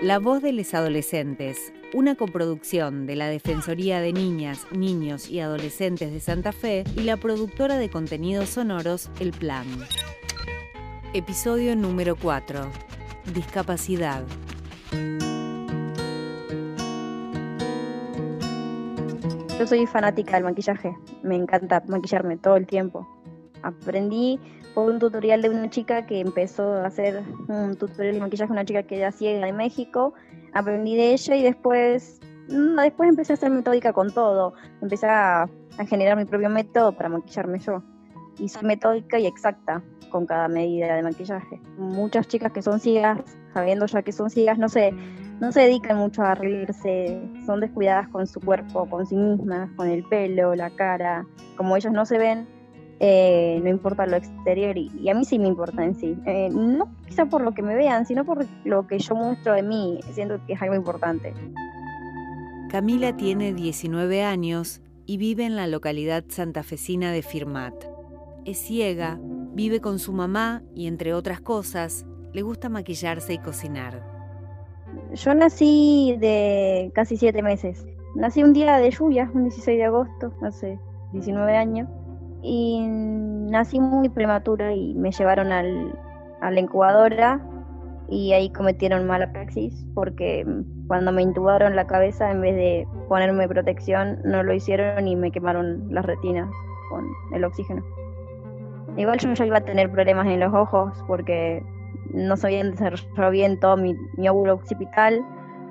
La voz de los adolescentes, una coproducción de la Defensoría de Niñas, Niños y Adolescentes de Santa Fe y la productora de contenidos sonoros El Plan. Episodio número 4. Discapacidad. Yo soy fanática del maquillaje, me encanta maquillarme todo el tiempo. Aprendí por un tutorial de una chica que empezó a hacer un tutorial de maquillaje, una chica que era ciega de México. Aprendí de ella y después empecé a ser metódica con todo. Empecé a generar mi propio método para maquillarme yo. Y soy metódica y exacta con cada medida de maquillaje. Muchas chicas que son ciegas, sabiendo ya que son ciegas, no se dedican mucho a arreglarse, son descuidadas con su cuerpo, con sí mismas, con el pelo, la cara. Como ellas no se ven, no importa lo exterior, y a mí sí me importa en sí. No quizá por lo que me vean, sino por lo que yo muestro de mí, siento que es algo importante. Camila tiene 19 años y vive en la localidad santafesina de Firmat. Es ciega, vive con su mamá y, entre otras cosas, le gusta maquillarse y cocinar. Yo nací de casi 7 meses. Nací un día de lluvia, un 16 de agosto, hace 19 años. Y nací muy prematura y me llevaron a la incubadora y ahí cometieron mala praxis porque cuando me intubaron la cabeza, en vez de ponerme protección, no lo hicieron y me quemaron las retinas con el oxígeno. Igual yo ya iba a tener problemas en los ojos porque no se habían desarrollado bien todo mi óvulo occipital,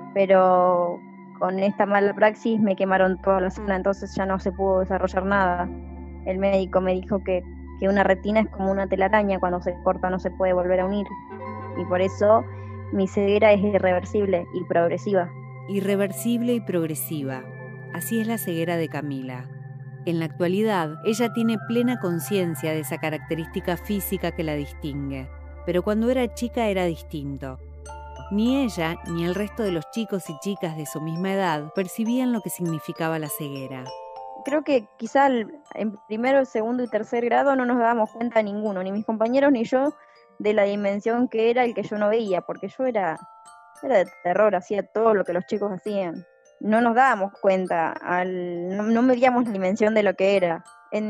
pero con esta mala praxis me quemaron toda la zona, entonces ya no se pudo desarrollar nada. El médico me dijo que una retina es como una telaraña, cuando se corta no se puede volver a unir. Y por eso mi ceguera es irreversible y progresiva. Irreversible y progresiva. Así es la ceguera de Camila. En la actualidad, ella tiene plena conciencia de esa característica física que la distingue. Pero cuando era chica era distinto. Ni ella ni el resto de los chicos y chicas de su misma edad percibían lo que significaba la ceguera. Creo que quizá en primero, segundo y tercer grado no nos dábamos cuenta ninguno, ni mis compañeros ni yo, de la dimensión que era el que yo no veía, porque yo era de terror, hacía todo lo que los chicos hacían. No nos dábamos cuenta, no medíamos la dimensión de lo que era.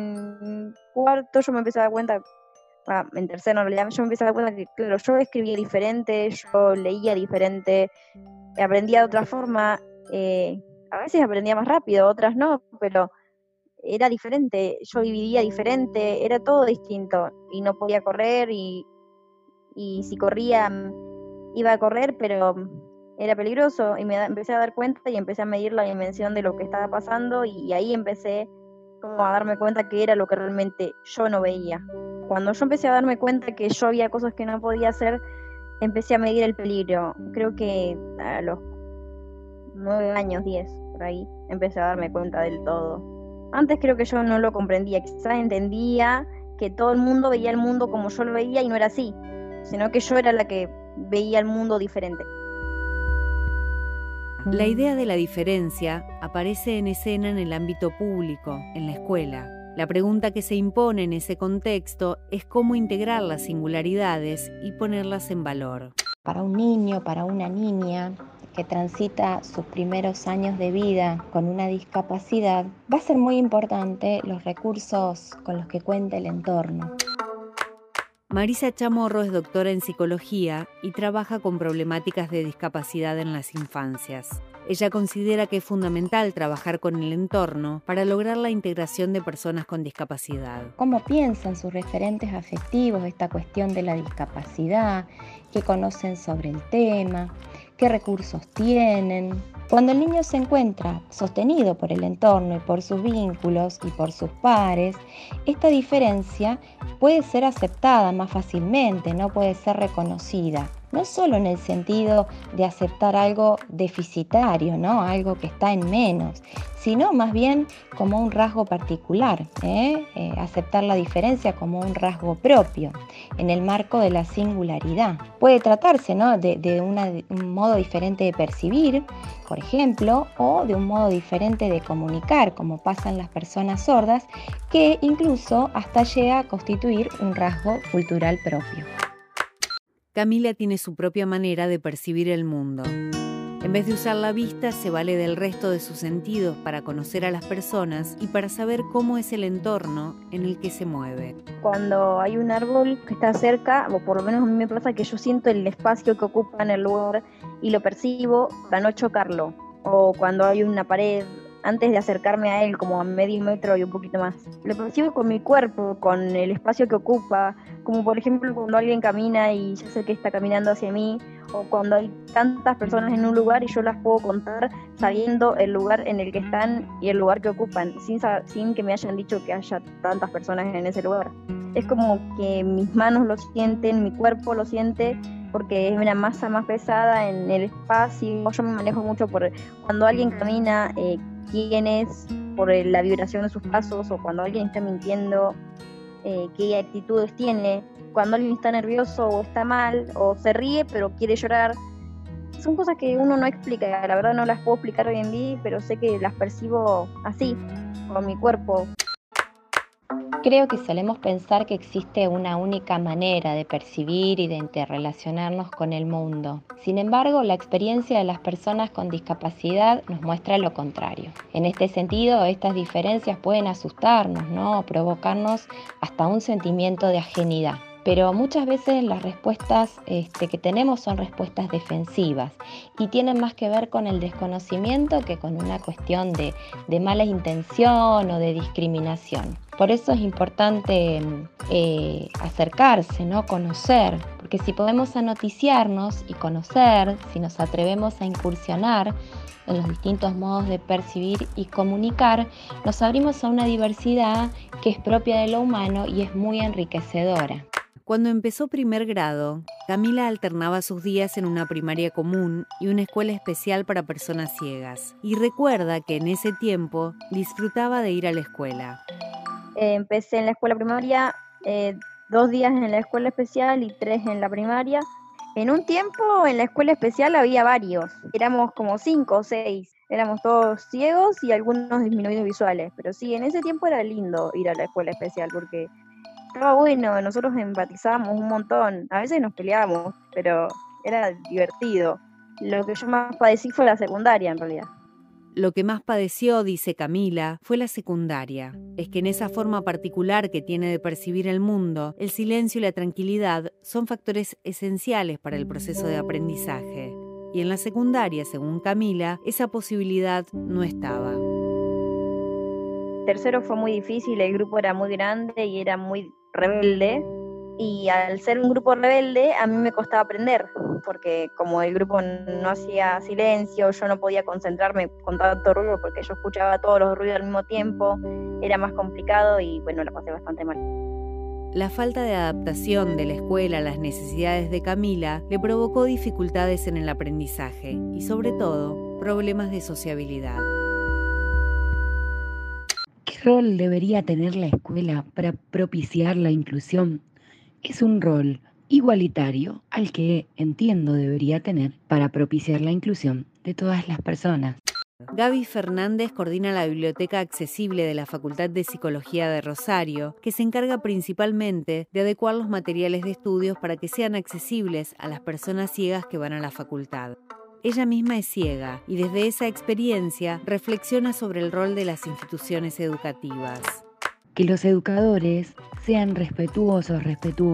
En cuarto yo me empecé a dar cuenta, en tercero en realidad, yo me empecé a dar cuenta que, claro, yo escribía diferente, yo leía diferente, aprendía de otra forma, a veces aprendía más rápido, otras no, pero era diferente, yo dividía diferente, era todo distinto, y no podía correr, y si corría iba a correr, pero era peligroso, y empecé a dar cuenta y empecé a medir la dimensión de lo que estaba pasando, y ahí empecé como a darme cuenta que era lo que realmente yo no veía. Cuando yo empecé a darme cuenta que yo había cosas que no podía hacer, empecé a medir el peligro. Creo que a los 9 años, 10, por ahí, empecé a darme cuenta del todo. Antes creo que yo no lo comprendía, quizás entendía que todo el mundo veía el mundo como yo lo veía y no era así, sino que yo era la que veía el mundo diferente. La idea de la diferencia aparece en escena en el ámbito público, en la escuela. La pregunta que se impone en ese contexto es cómo integrar las singularidades y ponerlas en valor. Para un niño, para una niña que transita sus primeros años de vida con una discapacidad, va a ser muy importante los recursos con los que cuenta el entorno. Marisa Chamorro es doctora en psicología y trabaja con problemáticas de discapacidad en las infancias. Ella considera que es fundamental trabajar con el entorno para lograr la integración de personas con discapacidad. ¿Cómo piensan sus referentes afectivos esta cuestión de la discapacidad? ¿Qué conocen sobre el tema? ¿Qué recursos tienen? Cuando el niño se encuentra sostenido por el entorno y por sus vínculos y por sus pares, esta diferencia puede ser aceptada más fácilmente, no puede ser reconocida. No solo en el sentido de aceptar algo deficitario, ¿no? Algo que está en menos, sino más bien como un rasgo particular, aceptar la diferencia como un rasgo propio, en el marco de la singularidad. Puede tratarse, ¿no? de un modo diferente de percibir, por ejemplo, o de un modo diferente de comunicar, como pasa en las personas sordas, que incluso hasta llega a constituir un rasgo cultural propio. Camila tiene su propia manera de percibir el mundo. En vez de usar la vista, se vale del resto de sus sentidos para conocer a las personas y para saber cómo es el entorno en el que se mueve. Cuando hay un árbol que está cerca, o por lo menos a mí me pasa que yo siento el espacio que ocupa en el lugar y lo percibo para no chocarlo. O cuando hay una pared, antes de acercarme a él, como a medio metro y un poquito más. Lo percibo con mi cuerpo, con el espacio que ocupa, como por ejemplo cuando alguien camina y ya sé que está caminando hacia mí, o cuando hay tantas personas en un lugar y yo las puedo contar sabiendo el lugar en el que están y el lugar que ocupan, sin que me hayan dicho que haya tantas personas en ese lugar. Es como que mis manos lo sienten, mi cuerpo lo siente, porque es una masa más pesada en el espacio. Yo me manejo mucho por cuando alguien camina, quién es, por la vibración de sus pasos, o cuando alguien está mintiendo, qué actitudes tiene, cuando alguien está nervioso o está mal, o se ríe pero quiere llorar. Son cosas que uno no explica, la verdad no las puedo explicar hoy en día, pero sé que las percibo así, con mi cuerpo. Creo que solemos pensar que existe una única manera de percibir y de interrelacionarnos con el mundo. Sin embargo, la experiencia de las personas con discapacidad nos muestra lo contrario. En este sentido, estas diferencias pueden asustarnos, ¿no? O provocarnos hasta un sentimiento de ajenidad. Pero muchas veces las respuestas que tenemos son respuestas defensivas y tienen más que ver con el desconocimiento que con una cuestión de mala intención o de discriminación. Por eso es importante acercarse, ¿no? Conocer, porque si podemos anoticiarnos y conocer, si nos atrevemos a incursionar en los distintos modos de percibir y comunicar, nos abrimos a una diversidad que es propia de lo humano y es muy enriquecedora. Cuando empezó primer grado, Camila alternaba sus días en una primaria común y una escuela especial para personas ciegas. Y recuerda que en ese tiempo disfrutaba de ir a la escuela. Empecé en la escuela primaria, 2 días en la escuela especial y 3 en la primaria. En un tiempo en la escuela especial había varios, éramos como 5 o 6, éramos todos ciegos y algunos disminuidos visuales, pero sí, en ese tiempo era lindo ir a la escuela especial porque estaba bueno, nosotros empatizábamos un montón, a veces nos peleábamos, pero era divertido. Lo que yo más padecí fue la secundaria en realidad. Lo que más padeció, dice Camila, fue la secundaria. Es que en esa forma particular que tiene de percibir el mundo, el silencio y la tranquilidad son factores esenciales para el proceso de aprendizaje. Y en la secundaria, según Camila, esa posibilidad no estaba. Tercero fue muy difícil, el grupo era muy grande y era muy rebelde. Y al ser un grupo rebelde, a mí me costaba aprender, porque como el grupo no hacía silencio, yo no podía concentrarme con tanto ruido, porque yo escuchaba todos los ruidos al mismo tiempo, era más complicado y bueno, la pasé bastante mal. La falta de adaptación de la escuela a las necesidades de Camila le provocó dificultades en el aprendizaje y, sobre todo, problemas de sociabilidad. ¿Qué rol debería tener la escuela para propiciar la inclusión? Es un rol igualitario al que entiendo debería tener para propiciar la inclusión de todas las personas. Gaby Fernández coordina la Biblioteca Accesible de la Facultad de Psicología de Rosario, que se encarga principalmente de adecuar los materiales de estudios para que sean accesibles a las personas ciegas que van a la facultad. Ella misma es ciega y desde esa experiencia reflexiona sobre el rol de las instituciones educativas. Que los educadores sean respetuosos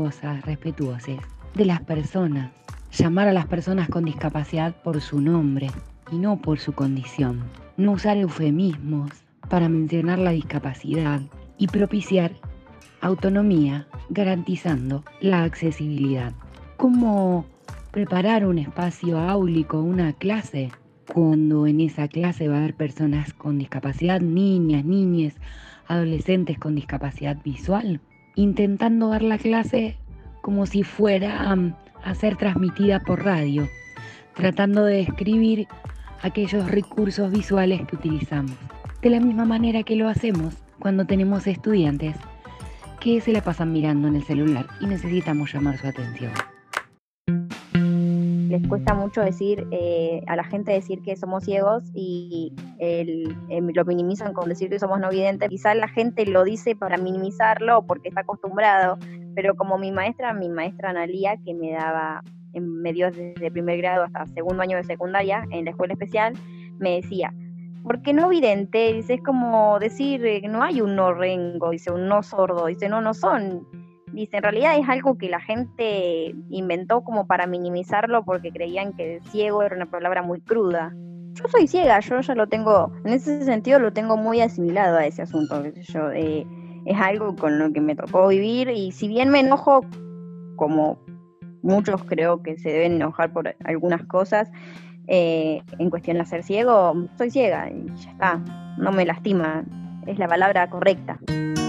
de las personas. Llamar a las personas con discapacidad por su nombre y no por su condición. No usar eufemismos para mencionar la discapacidad y propiciar autonomía, garantizando la accesibilidad. ¿Cómo preparar un espacio áulico, una clase, cuando en esa clase va a haber personas con discapacidad, niñas, niñes, adolescentes con discapacidad visual? Intentando dar la clase como si fuera a ser transmitida por radio, tratando de describir aquellos recursos visuales que utilizamos. De la misma manera que lo hacemos cuando tenemos estudiantes que se la pasan mirando en el celular y necesitamos llamar su atención. Les cuesta mucho decir a la gente decir que somos ciegos y lo minimizan con decir que somos no videntes. Quizás la gente lo dice para minimizarlo porque está acostumbrado, pero como mi maestra Analía, que me dio desde primer grado hasta segundo año de secundaria en la escuela especial, me decía, ¿por qué no vidente? Dice, es como decir, no hay un no rengo, dice, un no sordo, dice, no son. Dice, en realidad es algo que la gente inventó como para minimizarlo porque creían que ciego era una palabra muy cruda. Yo soy ciega, yo ya lo tengo, en ese sentido lo tengo muy asimilado a ese asunto, es algo con lo que me tocó vivir, y si bien me enojo, como muchos creo que se deben enojar por algunas cosas, en cuestión de ser ciego, soy ciega y ya está, no me lastima, es la palabra correcta.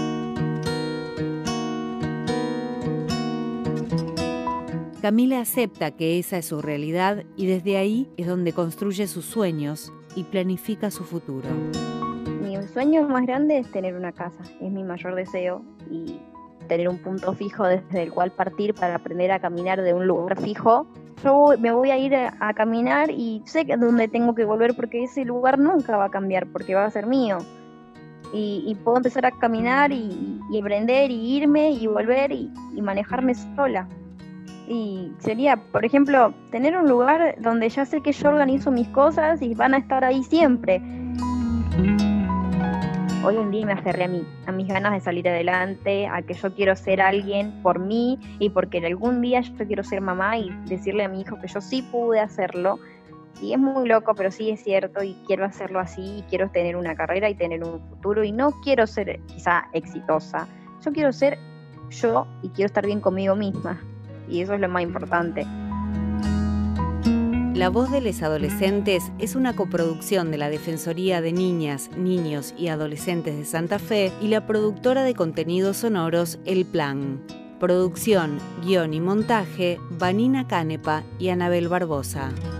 Camila acepta que esa es su realidad y desde ahí es donde construye sus sueños y planifica su futuro. Mi sueño más grande es tener una casa, es mi mayor deseo, y tener un punto fijo desde el cual partir para aprender a caminar de un lugar fijo. Yo me voy a ir a caminar y sé que es donde tengo que volver porque ese lugar nunca va a cambiar porque va a ser mío. Y puedo empezar a caminar y aprender y irme y volver y manejarme sola. Y sería, por ejemplo, tener un lugar donde ya sé que yo organizo mis cosas y van a estar ahí siempre. Hoy en día me aferré a mis ganas de salir adelante, a que yo quiero ser alguien por mí y porque algún día yo quiero ser mamá y decirle a mi hijo que yo sí pude hacerlo. Y es muy loco, pero sí es cierto, y quiero hacerlo así, y quiero tener una carrera y tener un futuro, y no quiero ser quizá exitosa, yo quiero ser yo y quiero estar bien conmigo misma. Y eso es lo más importante. La Voz de los Adolescentes es una coproducción de la Defensoría de Niñas, Niños y Adolescentes de Santa Fe y la productora de contenidos sonoros El Plan. Producción, guión y montaje, Vanina Canepa y Anabel Barbosa.